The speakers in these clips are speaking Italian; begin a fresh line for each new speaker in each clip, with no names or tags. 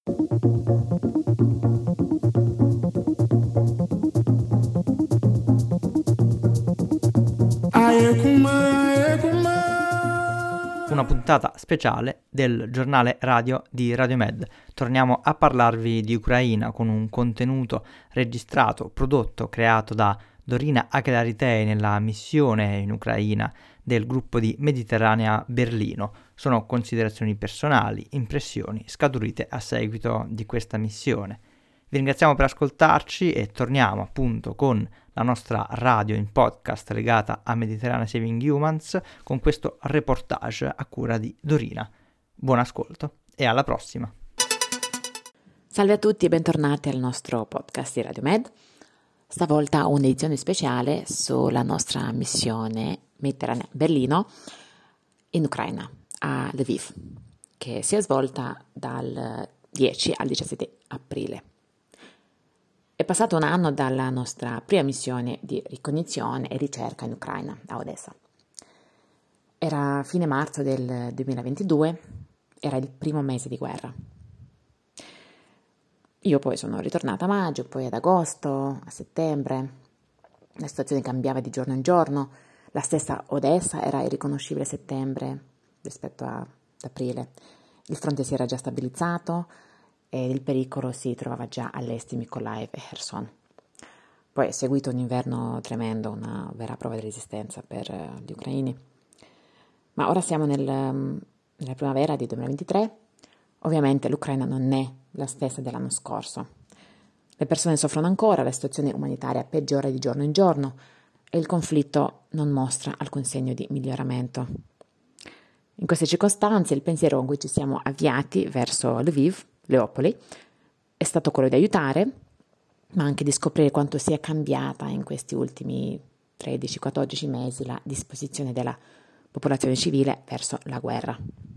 Una puntata speciale del giornale radio di Radiomed. Torniamo a parlarvi di Ucraina con un contenuto registrato, prodotto, creato da Dorina Akelaritei nella missione in Ucraina del gruppo di Mediterranea Berlino. Sono considerazioni personali, impressioni scaturite a seguito di questa missione. Vi ringraziamo per ascoltarci e torniamo appunto con la nostra radio in podcast legata a Mediterranean Saving Humans con questo reportage a cura di Dorina. Buon ascolto e alla prossima.
Salve a tutti e bentornati al nostro podcast di Radiomed. Stavolta un'edizione speciale sulla nostra missione Mediterranea Berlino in Ucraina, a Lviv, che si è svolta dal 10 al 17 aprile. È passato un anno dalla nostra prima missione di ricognizione e ricerca in Ucraina, a Odessa. Era fine marzo del 2022, era il primo mese di guerra. Io poi sono ritornata a maggio, poi ad agosto, a settembre. La situazione cambiava di giorno in giorno. La stessa Odessa era irriconoscibile a settembre rispetto ad aprile. Il fronte si era già stabilizzato e il pericolo si trovava già all'est di Mykolaiv e Kherson. Poi è seguito un inverno tremendo, una vera prova di resistenza per gli ucraini. Ma ora siamo nella primavera di 2023. Ovviamente l'Ucraina non è la stessa dell'anno scorso. Le persone soffrono ancora, la situazione umanitaria peggiora di giorno in giorno e il conflitto non mostra alcun segno di miglioramento. In queste circostanze il pensiero con cui ci siamo avviati verso Lviv, Leopoli, è stato quello di aiutare, ma anche di scoprire quanto sia cambiata in questi ultimi 13-14 mesi la disposizione della popolazione civile verso la guerra.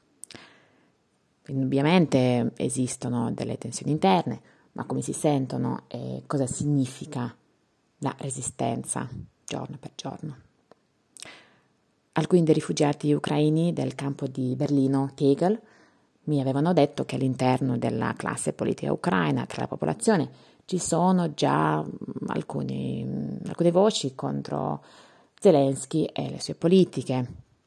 Indubbiamente esistono delle tensioni interne, ma come si sentono e cosa significa la resistenza giorno per giorno. Alcuni dei rifugiati ucraini del campo di Berlino Tegel mi avevano detto che all'interno della classe politica ucraina, tra la popolazione, ci sono già alcune voci contro Zelensky e le sue politiche.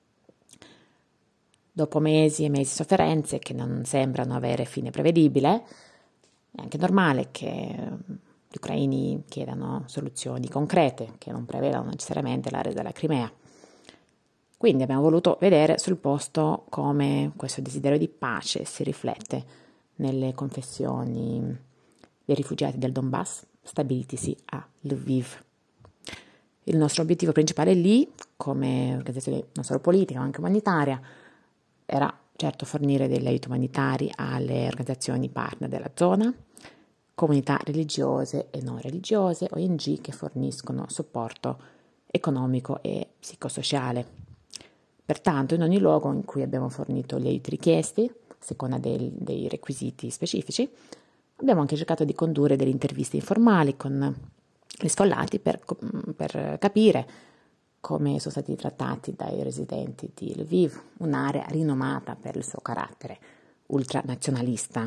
Dopo mesi e mesi di sofferenze che non sembrano avere fine prevedibile, è anche normale che gli ucraini chiedano soluzioni concrete che non prevedano necessariamente la resa della Crimea. Quindi abbiamo voluto vedere sul posto come questo desiderio di pace si riflette nelle confessioni dei rifugiati del Donbass stabilitisi a Lviv. Il nostro obiettivo principale lì, come organizzazione non solo politica ma anche umanitaria, era certo fornire degli aiuti umanitari alle organizzazioni partner della zona, comunità religiose e non religiose, ONG che forniscono supporto economico e psicosociale. Pertanto, in ogni luogo in cui abbiamo fornito gli aiuti richiesti, a seconda dei requisiti specifici, abbiamo anche cercato di condurre delle interviste informali con gli sfollati per capire come sono stati trattati dai residenti di Lviv, un'area rinomata per il suo carattere ultranazionalista.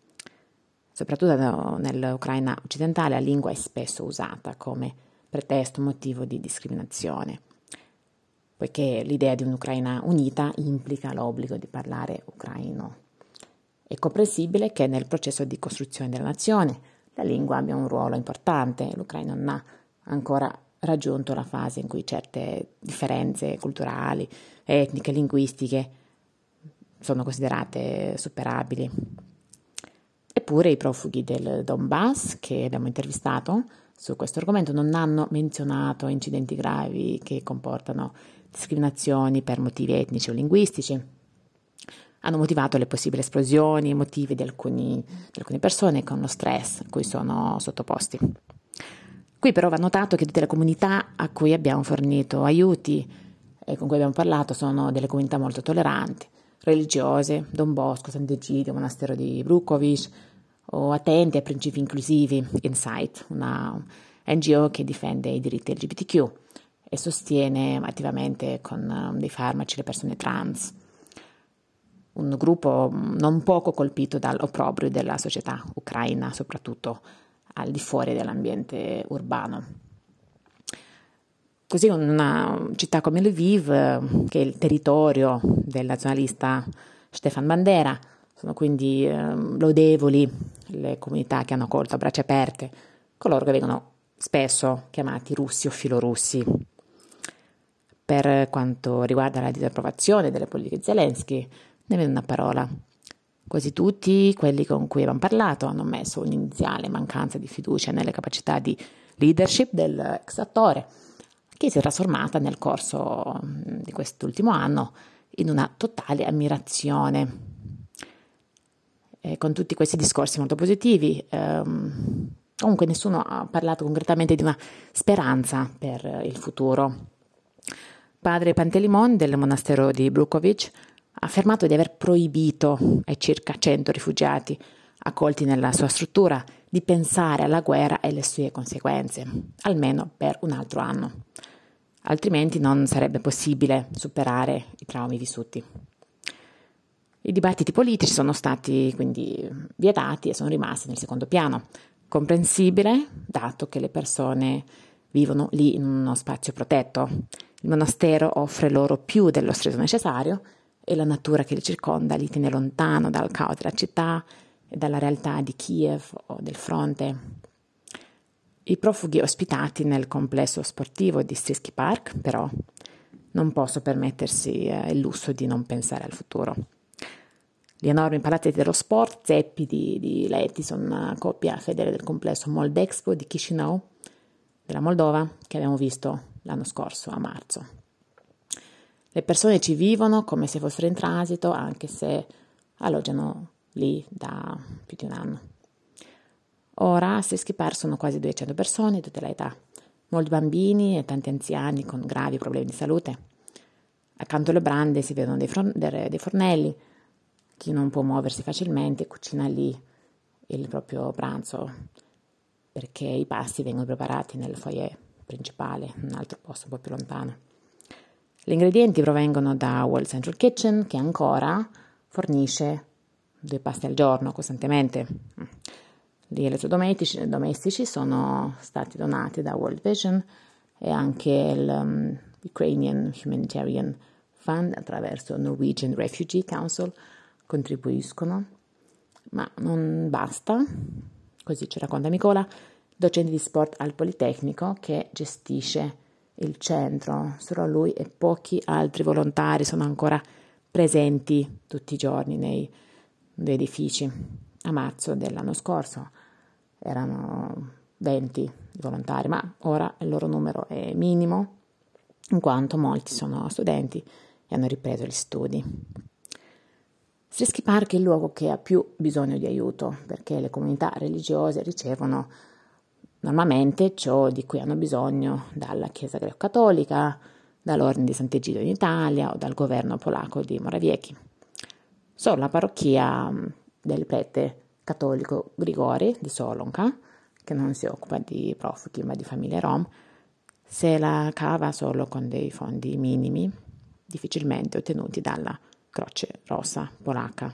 Soprattutto nell'Ucraina occidentale la lingua è spesso usata come pretesto, motivo di discriminazione, poiché l'idea di un'Ucraina unita implica l'obbligo di parlare ucraino. È comprensibile che nel processo di costruzione della nazione la lingua abbia un ruolo importante. L'Ucraina non ha ancora raggiunto la fase in cui certe differenze culturali, etniche, linguistiche sono considerate superabili. Eppure i profughi del Donbass che abbiamo intervistato su questo argomento non hanno menzionato incidenti gravi che comportano discriminazioni per motivi etnici o linguistici. Hanno motivato le possibili esplosioni emotive di alcune persone con lo stress a cui sono sottoposti. Qui però va notato che tutte le comunità a cui abbiamo fornito aiuti e con cui abbiamo parlato sono delle comunità molto tolleranti, religiose, Don Bosco, Sant'Egidio, Monastero di Brukovic, o attenti ai principi inclusivi, Insight, una NGO che difende i diritti LGBTQ e sostiene attivamente con dei farmaci le persone trans. un gruppo non poco colpito dall'opprobrio della società ucraina, soprattutto al di fuori dell'ambiente urbano. Così una città come Lviv, che è il territorio del nazionalista Stefan Bandera, sono quindi lodevoli le comunità che hanno accolto a braccia aperte coloro che vengono spesso chiamati russi o filorussi. Per quanto riguarda la disapprovazione delle politiche di Zelensky, nemmeno una parola. Quasi tutti quelli con cui abbiamo parlato hanno ammesso un'iniziale mancanza di fiducia nelle capacità di leadership dell'ex attore, che si è trasformata nel corso di quest'ultimo anno in una totale ammirazione. Con tutti questi discorsi molto positivi, comunque nessuno ha parlato concretamente di una speranza per il futuro. Padre Pantelimon del monastero di Brukovic ha affermato di aver proibito ai circa 100 rifugiati accolti nella sua struttura di pensare alla guerra e alle sue conseguenze, almeno per un altro anno. Altrimenti non sarebbe possibile superare i traumi vissuti. I dibattiti politici sono stati quindi vietati e sono rimasti nel secondo piano. Comprensibile, dato che le persone vivono lì in uno spazio protetto. Il monastero offre loro più dello streso necessario e la natura che li circonda li tiene lontano dal caos della città e dalla realtà di Kiev o del fronte. I profughi ospitati nel complesso sportivo di Strisky Park, però, non possono permettersi il lusso di non pensare al futuro. Gli enormi palazzetti dello sport, zeppi di letti, sono una coppia fedele del complesso Moldexpo di Chisinau, della Moldova, che abbiamo visto l'anno scorso, a marzo. Le persone ci vivono come se fossero in transito, anche se alloggiano lì da più di un anno. Ora a Strisky Park sono quasi 200 persone di tutte le età, molti bambini e tanti anziani con gravi problemi di salute. Accanto alle brande si vedono dei fornelli. Chi non può muoversi facilmente cucina lì il proprio pranzo, perché i pasti vengono preparati nel foyer principale, in un altro posto un po' più lontano. Gli ingredienti provengono da World Central Kitchen, che ancora fornisce 2 pasti al giorno costantemente. Gli elettrodomestici sono stati donati da World Vision e anche il Ukrainian Humanitarian Fund attraverso Norwegian Refugee Council contribuiscono, ma non basta. Così ci racconta Nicola, docente di sport al Politecnico, che gestisce il centro. Solo lui e pochi altri volontari sono ancora presenti tutti i giorni nei 2 edifici. A marzo dell'anno scorso erano 20 volontari, ma ora il loro numero è minimo, in quanto molti sono studenti e hanno ripreso gli studi. Strisky Park è il luogo che ha più bisogno di aiuto, perché le comunità religiose ricevono normalmente ciò di cui hanno bisogno dalla Chiesa greco-cattolica, dall'Ordine di Sant'Egidio in Italia o dal governo polacco di Morawiecki. Solo la parrocchia del prete cattolico Grigori di Solonka, che non si occupa di profughi ma di famiglie rom, se la cava solo con dei fondi minimi, difficilmente ottenuti dalla Croce Rossa polacca.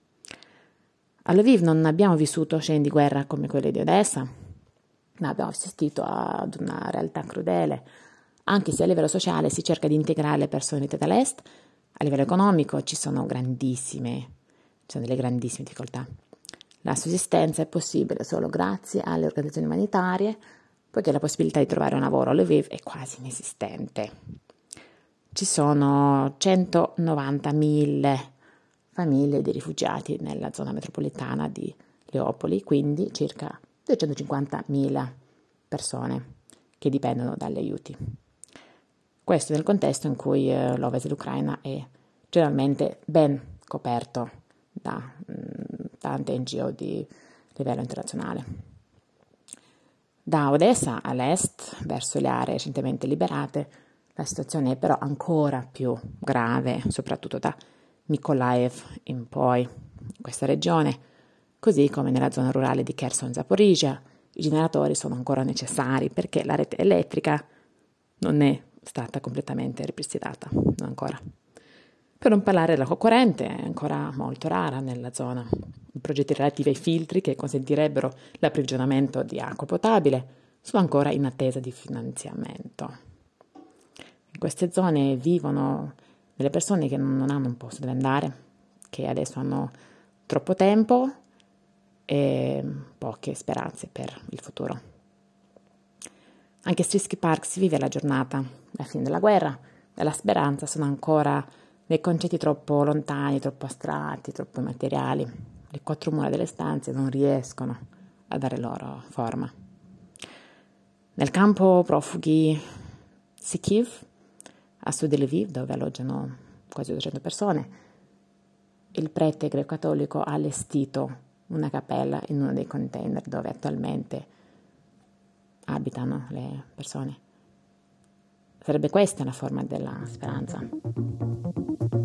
A Lviv non abbiamo vissuto scene di guerra come quelle di Odessa, ma abbiamo assistito ad una realtà crudele. Anche se a livello sociale si cerca di integrare le persone dall'est, a livello economico ci sono delle grandissime difficoltà. La sussistenza è possibile solo grazie alle organizzazioni umanitarie, poiché la possibilità di trovare un lavoro a Lviv è quasi inesistente. Ci sono 190.000 famiglie di rifugiati nella zona metropolitana di Leopoli, quindi circa 250.000 persone che dipendono dagli aiuti. Questo nel contesto in cui l'ovest dell'Ucraina è generalmente ben coperto da tante NGO di livello internazionale. Da Odessa all'est, verso le aree recentemente liberate, la situazione è però ancora più grave, soprattutto da Mykolaiv in poi. In questa regione, così come nella zona rurale di Kherson-Zaporizhia, i generatori sono ancora necessari perché la rete elettrica non è stata completamente ripristinata, non ancora. Per non parlare della concorrente, è ancora molto rara nella zona. I progetti relativi ai filtri che consentirebbero l'approvvigionamento di acqua potabile sono ancora in attesa di finanziamento. In queste zone vivono delle persone che non hanno un posto dove andare, che adesso hanno troppo tempo e poche speranze per il futuro. Anche a Strisky Park si vive la giornata, la fine della guerra e la speranza sono ancora dei concetti troppo lontani, troppo astratti, troppo immateriali. Le 4 mura delle stanze non riescono a dare loro forma. Nel campo profughi Sikiv, a sud di Lviv, dove alloggiano quasi 200 persone, il prete greco-cattolico ha allestito una cappella in uno dei container dove attualmente abitano le persone. Sarebbe questa una forma della speranza.